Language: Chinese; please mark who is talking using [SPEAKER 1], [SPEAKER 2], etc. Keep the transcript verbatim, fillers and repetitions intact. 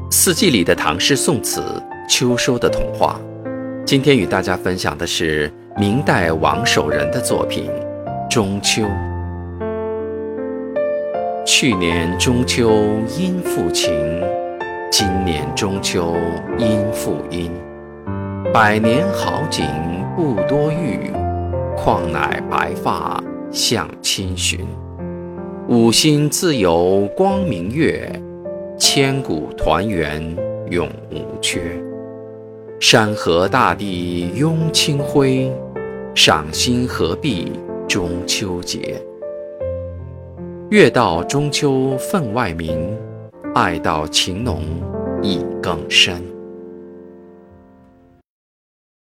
[SPEAKER 1] 四季里的唐诗宋词，秋收的童话。今天与大家分享的是明代王守仁的作品《中秋》。去年中秋阴复晴，今年中秋阴复阴。百年好景不多遇，况乃白发向亲寻。五星自有光明月，千古团圆永无缺。山河大地拥清辉，赏心何必中秋节。月到中秋分外明，爱到情浓意更深。